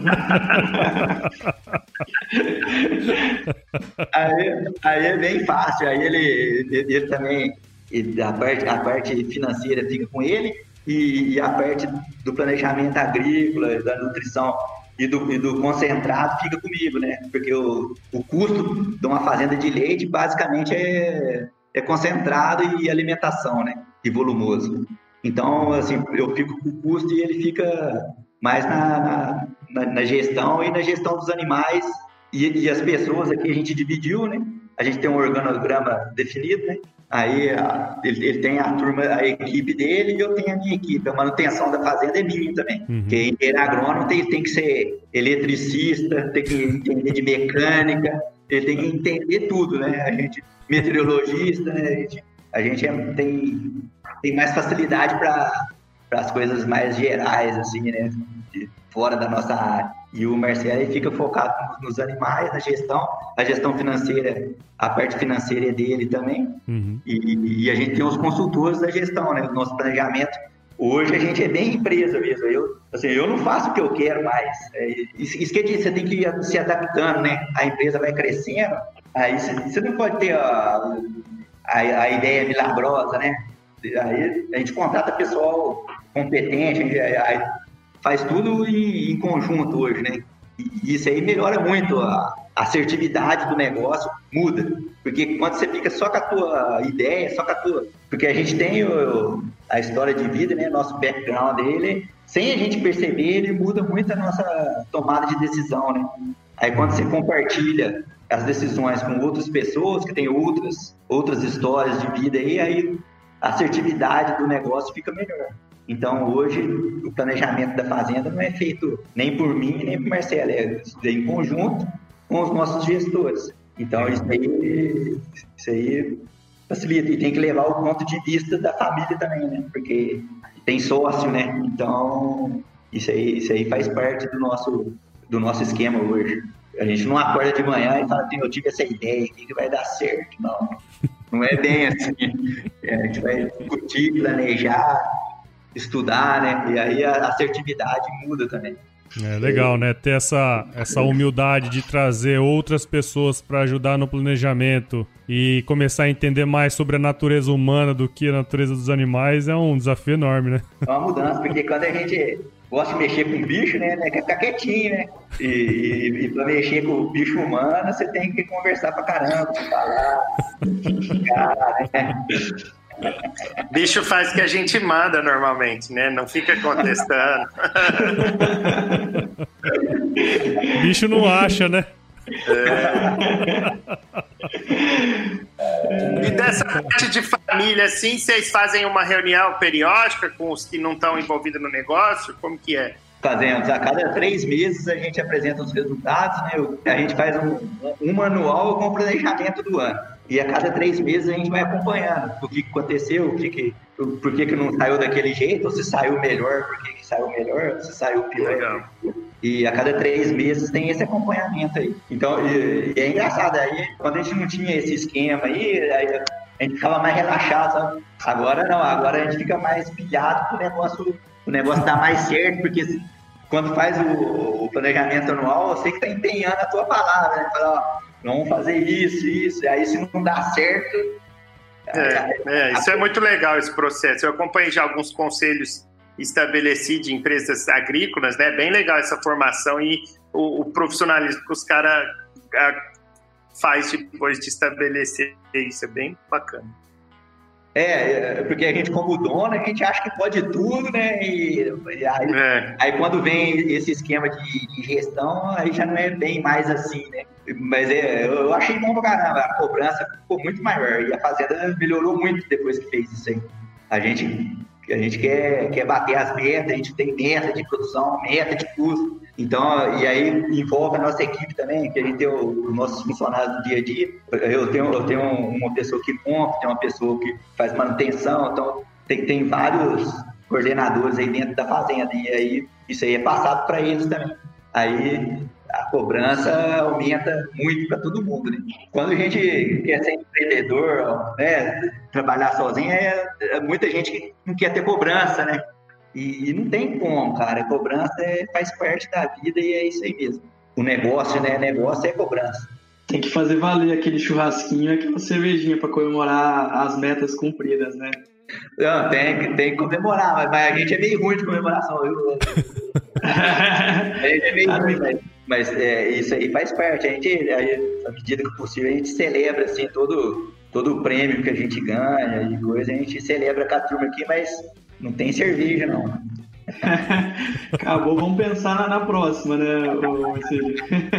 Aí é bem fácil, aí ele também, a parte financeira fica com ele, e a parte do planejamento agrícola, da nutrição e do concentrado fica comigo, né? Porque o custo de uma fazenda de leite basicamente é concentrado e alimentação, né? E volumoso. Então, assim, eu fico com o custo e ele fica mais na gestão e na gestão dos animais. E as pessoas aqui a gente dividiu, né? A gente tem um organograma definido, né? Aí ele tem a equipe dele e eu tenho a minha equipe. A manutenção da fazenda é minha também. Uhum. Porque ele agrônomo tem que ser eletricista, tem que entender de mecânica, ele tem que entender tudo, né? A gente, meteorologista, né? A gente tem mais facilidade para as coisas mais gerais, assim, né? Fora da nossa área. E o Marcelo fica focado nos animais, na gestão. A gestão financeira, a parte financeira é dele também. Uhum. E a gente tem os consultores da gestão, né? O nosso planejamento. Hoje a gente é bem empresa mesmo. Eu não faço o que eu quero mais. Isso que você tem que ir se adaptando, né? A empresa vai crescendo. Aí você não pode ter a ideia milagrosa, né? Aí a gente contrata pessoal competente, aí faz tudo em conjunto hoje, né? E isso aí melhora muito, a assertividade do negócio muda, porque quando você fica só com a tua ideia, porque a gente tem a história de vida, né? Nosso background dele, sem a gente perceber, ele muda muito a nossa tomada de decisão, né? Aí quando você compartilha as decisões com outras pessoas que têm outras histórias de vida aí a assertividade do negócio fica melhor. Então, hoje, o planejamento da fazenda não é feito nem por mim, nem por Marcelo, é em conjunto com os nossos gestores. Então, isso aí facilita. E tem que levar o ponto de vista da família também, né? Porque tem sócio, né? Então, isso aí faz parte do nosso esquema hoje. A gente não acorda de manhã e fala, eu tive essa ideia aqui que vai dar certo. Não é bem assim. A gente vai discutir, planejar, estudar, né? E aí a assertividade muda também. É legal, né? Ter essa humildade de trazer outras pessoas para ajudar no planejamento e começar a entender mais sobre a natureza humana do que a natureza dos animais é um desafio enorme, né? É uma mudança, porque quando a gente gosta de mexer com bicho, né? Quer ficar quietinho, né? E para mexer com o bicho humano, você tem que conversar pra caramba, falar, né? Bicho faz o que a gente manda normalmente, né? Não fica contestando. Bicho não acha, né? E dessa parte de família, assim, vocês fazem uma reunião periódica com os que não estão envolvidos no negócio? Como que é? Fazemos. A cada 3 meses a gente apresenta os resultados, né? A gente faz um manual com o planejamento do ano. E a cada 3 meses a gente vai acompanhando o que aconteceu, por que não saiu daquele jeito, ou se saiu melhor, por que saiu melhor, ou se saiu pior. Legal. E a cada 3 meses tem esse acompanhamento aí. Então, e é engraçado, aí quando a gente não tinha esse esquema aí a gente ficava mais relaxado, sabe? Agora não, agora a gente fica mais pilhado pro negócio dar mais certo, porque quando faz o planejamento anual, você que está empenhando a tua palavra, né? Fala, ó, vamos fazer isso, e aí se não dá certo... Isso é muito legal, esse processo. Eu acompanhei já alguns conselhos estabelecidos de empresas agrícolas, né? Bem legal essa formação e o profissionalismo que os caras faz depois de estabelecer isso, é bem bacana. Porque a gente, como dono, a gente acha que pode tudo, né? Aí quando vem esse esquema de gestão, aí já não é bem mais assim, né? Mas eu achei bom pra caramba, a cobrança ficou muito maior e a fazenda melhorou muito depois que fez isso aí. A gente quer bater as metas, a gente tem meta de produção, meta de custo, Então, e aí envolve a nossa equipe também, que a gente tem os nossos funcionários do dia a dia. Eu tenho uma pessoa que compra, tem uma pessoa que faz manutenção, então tem vários coordenadores aí dentro da fazenda, e aí isso aí é passado para eles também. Aí a cobrança aumenta muito para todo mundo, né? Quando a gente quer ser empreendedor, né, trabalhar sozinho, muita gente que não quer ter cobrança, né? E não tem como, cara. A cobrança faz parte da vida e é isso aí mesmo. O negócio, né? Negócio é cobrança. Tem que fazer valer aquele churrasquinho, aquela cervejinha para comemorar as metas cumpridas, né? Não, tem que comemorar, mas a gente é meio ruim de comemoração. A gente é meio ruim, mas isso aí faz parte. A gente, à medida que possível, a gente celebra assim, todo o prêmio que a gente ganha e coisa, a gente celebra com a turma aqui, mas não tem cerveja, não. Acabou, vamos pensar na próxima, né, Marcílio?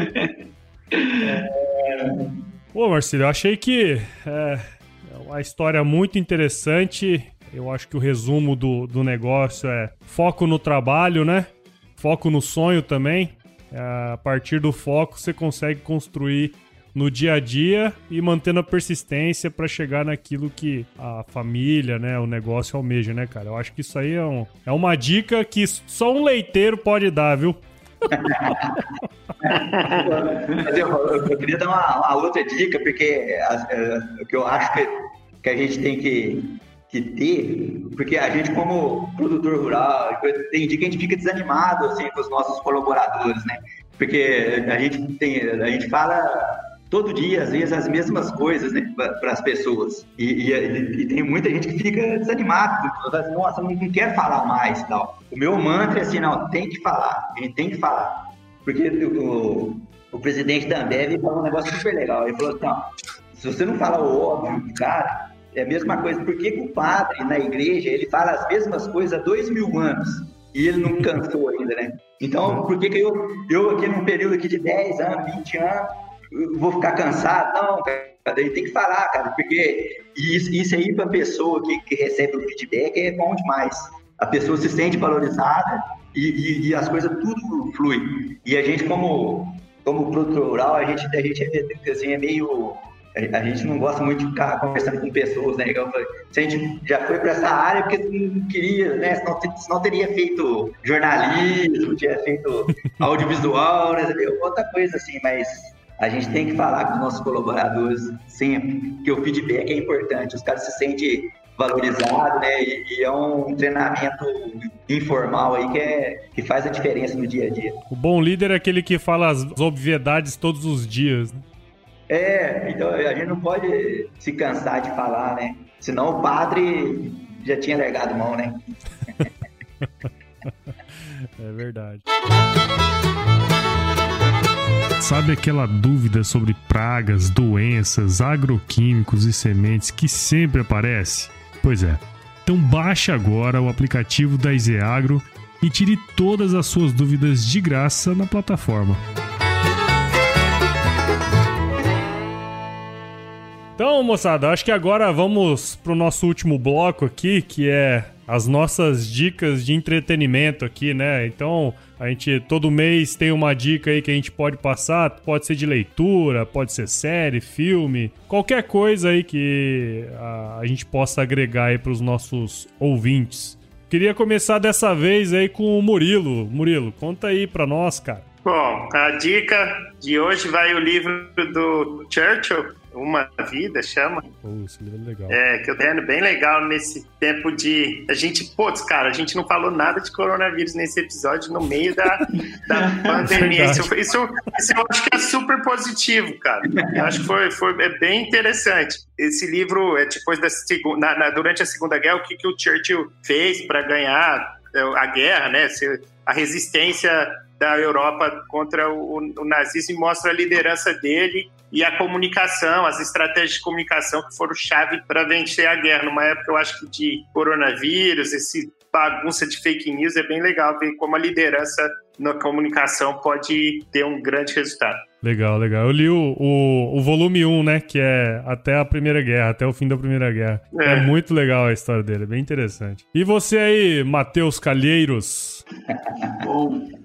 Pô, Marcílio, eu achei que é uma história muito interessante. Eu acho que o resumo do negócio é foco no trabalho, né? Foco no sonho também. A partir do foco, você consegue construir no dia a dia e mantendo a persistência para chegar naquilo que a família, né, o negócio almeja, né, cara? Eu acho que isso aí é uma dica que só um leiteiro pode dar, viu? Mas eu queria dar uma outra dica, porque o que eu acho que a gente tem que ter, porque a gente como produtor rural, tem dia que a gente fica desanimado assim, com os nossos colaboradores, né? Porque a gente fala todo dia, às vezes, as mesmas coisas, né, para as pessoas. E tem muita gente que fica desanimada, nossa, não quer falar mais e tal. O meu mantra é assim, não, tem que falar, a gente tem que falar. Porque o presidente da Ambev falou um negócio super legal. Ele falou assim, ó, se você não fala o óbvio, cara, é a mesma coisa. Por que o padre na igreja, ele fala as mesmas coisas há 2000 anos e ele não cansou ainda, né? Então, por que eu aqui num período aqui de 10 anos, 20 anos, eu vou ficar cansado? Não, cara, ele tem que falar, cara, porque isso aí para a pessoa que recebe o feedback é bom demais. A pessoa se sente valorizada e as coisas tudo flui. E a gente, como produtor rural, a gente assim, é meio... A gente não gosta muito de ficar conversando com pessoas, né? Se a gente já foi para essa área porque não queria, né? Senão teria feito jornalismo, tinha feito audiovisual, né? Outra coisa assim, mas a gente tem que falar com os nossos colaboradores sempre, que o feedback é importante, os caras se sentem valorizados, né? E é um treinamento informal aí que faz a diferença no dia a dia. O bom líder é aquele que fala as obviedades todos os dias, né? Então a gente não pode se cansar de falar, né? Senão o padre já tinha largado mão, né? É verdade. Sabe aquela dúvida sobre pragas, doenças, agroquímicos e sementes que sempre aparece? Pois é. Então baixe agora o aplicativo da EZ-Agro e tire todas as suas dúvidas de graça na plataforma. Então, moçada, acho que agora vamos pro nosso último bloco aqui, que é as nossas dicas de entretenimento aqui, né? Então, a gente todo mês tem uma dica aí que a gente pode passar, pode ser de leitura, pode ser série, filme, qualquer coisa aí que a gente possa agregar aí pros nossos ouvintes. Queria começar dessa vez aí com o Murilo. Murilo, conta aí pra nós, cara. Bom, a dica de hoje vai o livro do Churchill, Uma Vida, chama. Esse livro é legal. Que eu tenho bem legal nesse tempo de... A gente não falou nada de coronavírus nesse episódio no meio da pandemia. Isso eu acho que é super positivo, cara. Eu acho que foi bem interessante. Esse livro é depois durante a Segunda Guerra, o que o Churchill fez para ganhar a guerra, né? A resistência da Europa contra o nazismo, e mostra a liderança dele e a comunicação, as estratégias de comunicação que foram chave para vencer a guerra. Numa época, eu acho que de coronavírus, esse bagunça de fake news, é bem legal ver como a liderança na comunicação pode ter um grande resultado. Legal. Eu li o volume 1, né, que é até a Primeira Guerra, até o fim da Primeira Guerra. É muito legal a história dele, é bem interessante. E você aí, Matheus Calheiros? Bom,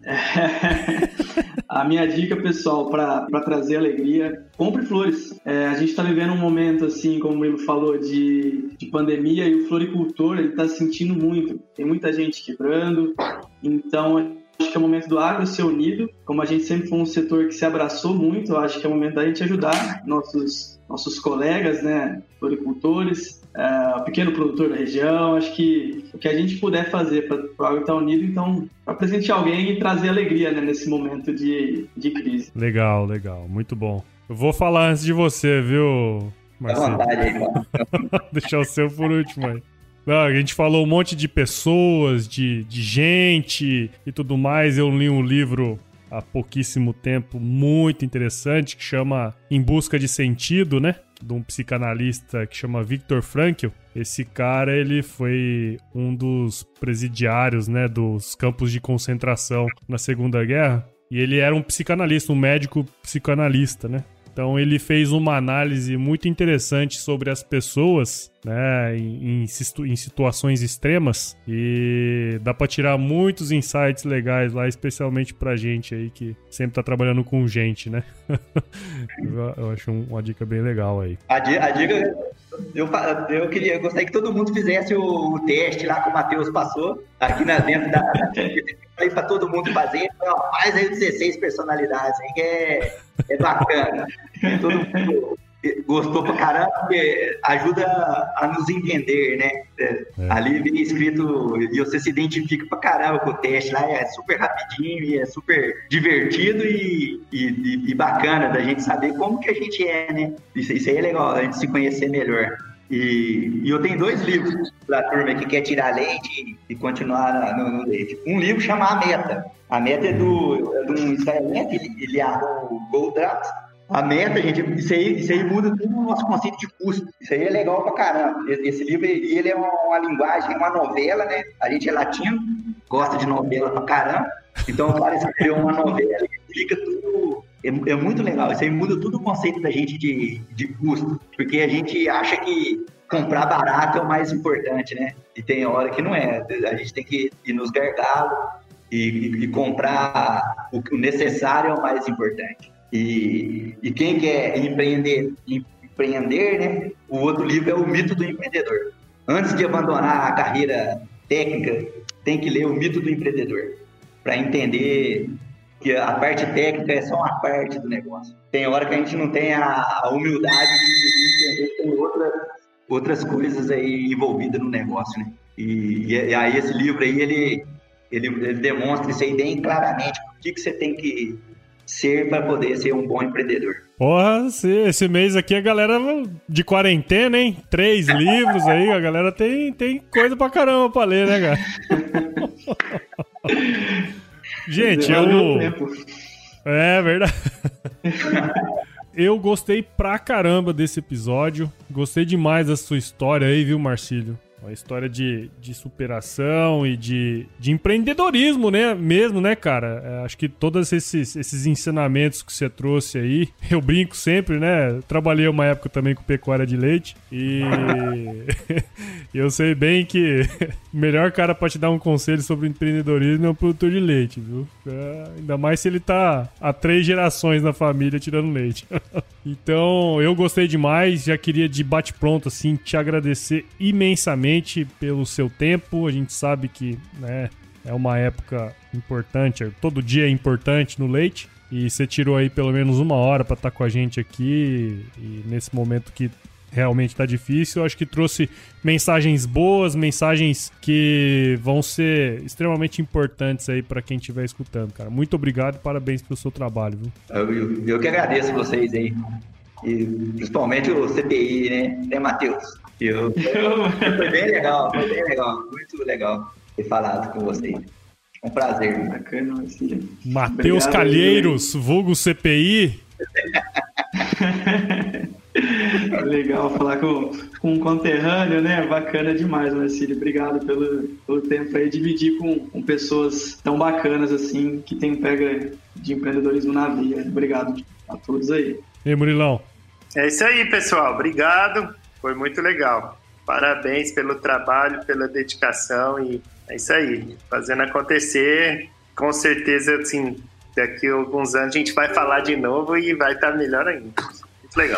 A minha dica, pessoal, para trazer alegria, compre flores. A gente está vivendo um momento, assim, como o Murilo falou, de pandemia, e o floricultor está sentindo muito. Tem muita gente quebrando, então acho que é o momento do agro ser unido. Como a gente sempre foi um setor que se abraçou muito, acho que é o momento da gente ajudar nossos colegas, né, floricultores, o pequeno produtor da região. Acho que o que a gente puder fazer para o agro estar unido, então, para presentear alguém e trazer alegria, né, nesse momento de crise. Legal, muito bom. Eu vou falar antes de você, viu, Marcelo? À vontade aí, mano. Deixar o seu por último aí. Não, a gente falou um monte de pessoas, de gente e tudo mais. Eu li um livro há pouquíssimo tempo muito interessante que chama Em Busca de Sentido, né? De um psicanalista que chama Viktor Frankl. Esse cara, ele foi um dos presidiários, né, dos campos de concentração na Segunda Guerra. E ele era um psicanalista, um médico psicanalista, né? Então ele fez uma análise muito interessante sobre as pessoas, né, em situações extremas, e dá para tirar muitos insights legais lá, especialmente pra gente aí que sempre tá trabalhando com gente, né? Eu acho uma dica bem legal aí. A dica, eu gostaria que todo mundo fizesse o teste lá que o Matheus passou, aqui dentro da... Falei pra todo mundo fazer, faz aí 16 personalidades, hein, que é bacana. Todo mundo gostou pra caramba, porque ajuda a nos entender, né? Ali vem escrito, e você se identifica pra caramba com o teste lá, é super rapidinho e é super divertido e bacana da gente saber como que a gente é, né? Isso aí é legal, a gente se conhecer melhor. E eu tenho 2 livros para a turma que quer tirar leite e continuar no leite. Um livro chama A Meta. A Meta é de um israelense, Eliyahu Goldratt. A Meta, gente, isso aí muda todo o nosso conceito de custo. Isso aí é legal pra caramba. Esse livro, ele é uma linguagem, uma novela, né? A gente é latino, gosta de novela pra caramba. Então, o cara escreveu uma novela e explica tudo. É muito legal, isso aí muda todo o conceito da gente de custo, porque a gente acha que comprar barato é o mais importante, né? E tem hora que não é, a gente tem que ir nos gargalos e comprar o necessário é o mais importante. E quem quer empreender, né? O outro livro é O Mito do Empreendedor. Antes de abandonar a carreira técnica, tem que ler O Mito do Empreendedor, para entender que a parte técnica é só uma parte do negócio. Tem hora que a gente não tem a humildade de entender que tem outras coisas aí envolvidas no negócio, né? E aí esse livro aí, ele demonstra isso aí bem claramente, o que você tem que ser para poder ser um bom empreendedor. Porra, esse mês aqui a galera de quarentena, hein? 3 livros aí, a galera tem coisa pra caramba pra ler, né, cara? Gente, é verdade. Eu gostei pra caramba desse episódio. Gostei demais da sua história aí, viu, Marcílio? Uma história de superação e de empreendedorismo, né? Mesmo, né, cara? Acho que todos esses ensinamentos que você trouxe aí, eu brinco sempre, né? Trabalhei uma época também com pecuária de leite e eu sei bem que o melhor cara pra te dar um conselho sobre empreendedorismo é o produtor de leite, viu? Ainda mais se ele tá há 3 gerações na família tirando leite. Então, eu gostei demais, já queria de bate-pronto, assim, te agradecer imensamente pelo seu tempo. A gente sabe que, né, é uma época importante, todo dia é importante no leite, e você tirou aí pelo menos 1 hora para estar com a gente aqui, e nesse momento que realmente tá difícil, eu acho que trouxe mensagens boas, mensagens que vão ser extremamente importantes aí para quem estiver escutando, cara. Muito obrigado e parabéns pelo seu trabalho, viu? Eu que agradeço vocês aí, e principalmente o CPI, né, Matheus? Foi bem legal, muito legal ter falado com vocês. Um prazer. Bacana, Marcílio. Matheus Calheiros, vulgo CPI. Legal falar com um conterrâneo, né? Bacana demais, Marcílio. Obrigado pelo tempo aí, dividir com pessoas tão bacanas assim, que tem pega de empreendedorismo na veia. Obrigado a todos aí. E aí, Murilão? É isso aí, pessoal. Obrigado. Foi muito legal. Parabéns pelo trabalho, pela dedicação, e é isso aí. Fazendo acontecer com certeza, assim, daqui a alguns anos a gente vai falar de novo e vai estar melhor ainda. Muito legal.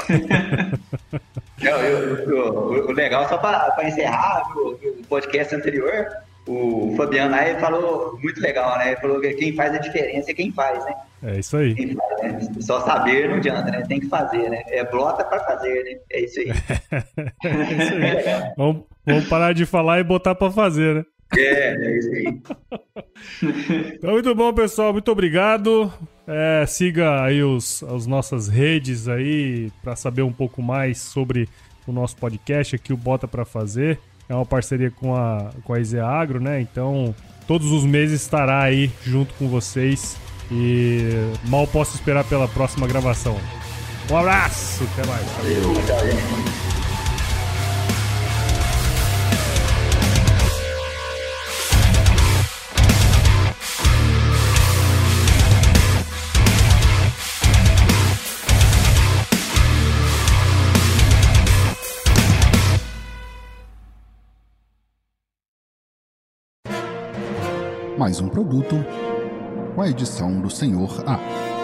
O legal, só para encerrar o podcast anterior, o Fabiano aí falou muito legal, né? Ele falou que quem faz a diferença é quem faz, né? É isso aí. Quem faz, né? Só saber não adianta, né? Tem que fazer, né? Brota para fazer, né? É isso aí. É isso aí. Vamos parar de falar e botar para fazer, né? É isso aí. Então, muito bom, pessoal. Muito obrigado. Siga aí as nossas redes aí para saber um pouco mais sobre o nosso podcast aqui, o Bota Pra Fazer. É uma parceria com a Izeagro, né? Então, todos os meses estará aí junto com vocês e mal posso esperar pela próxima gravação. Um abraço, até mais. Valeu, tchau, gente. Mais um produto com a edição do Senhor A.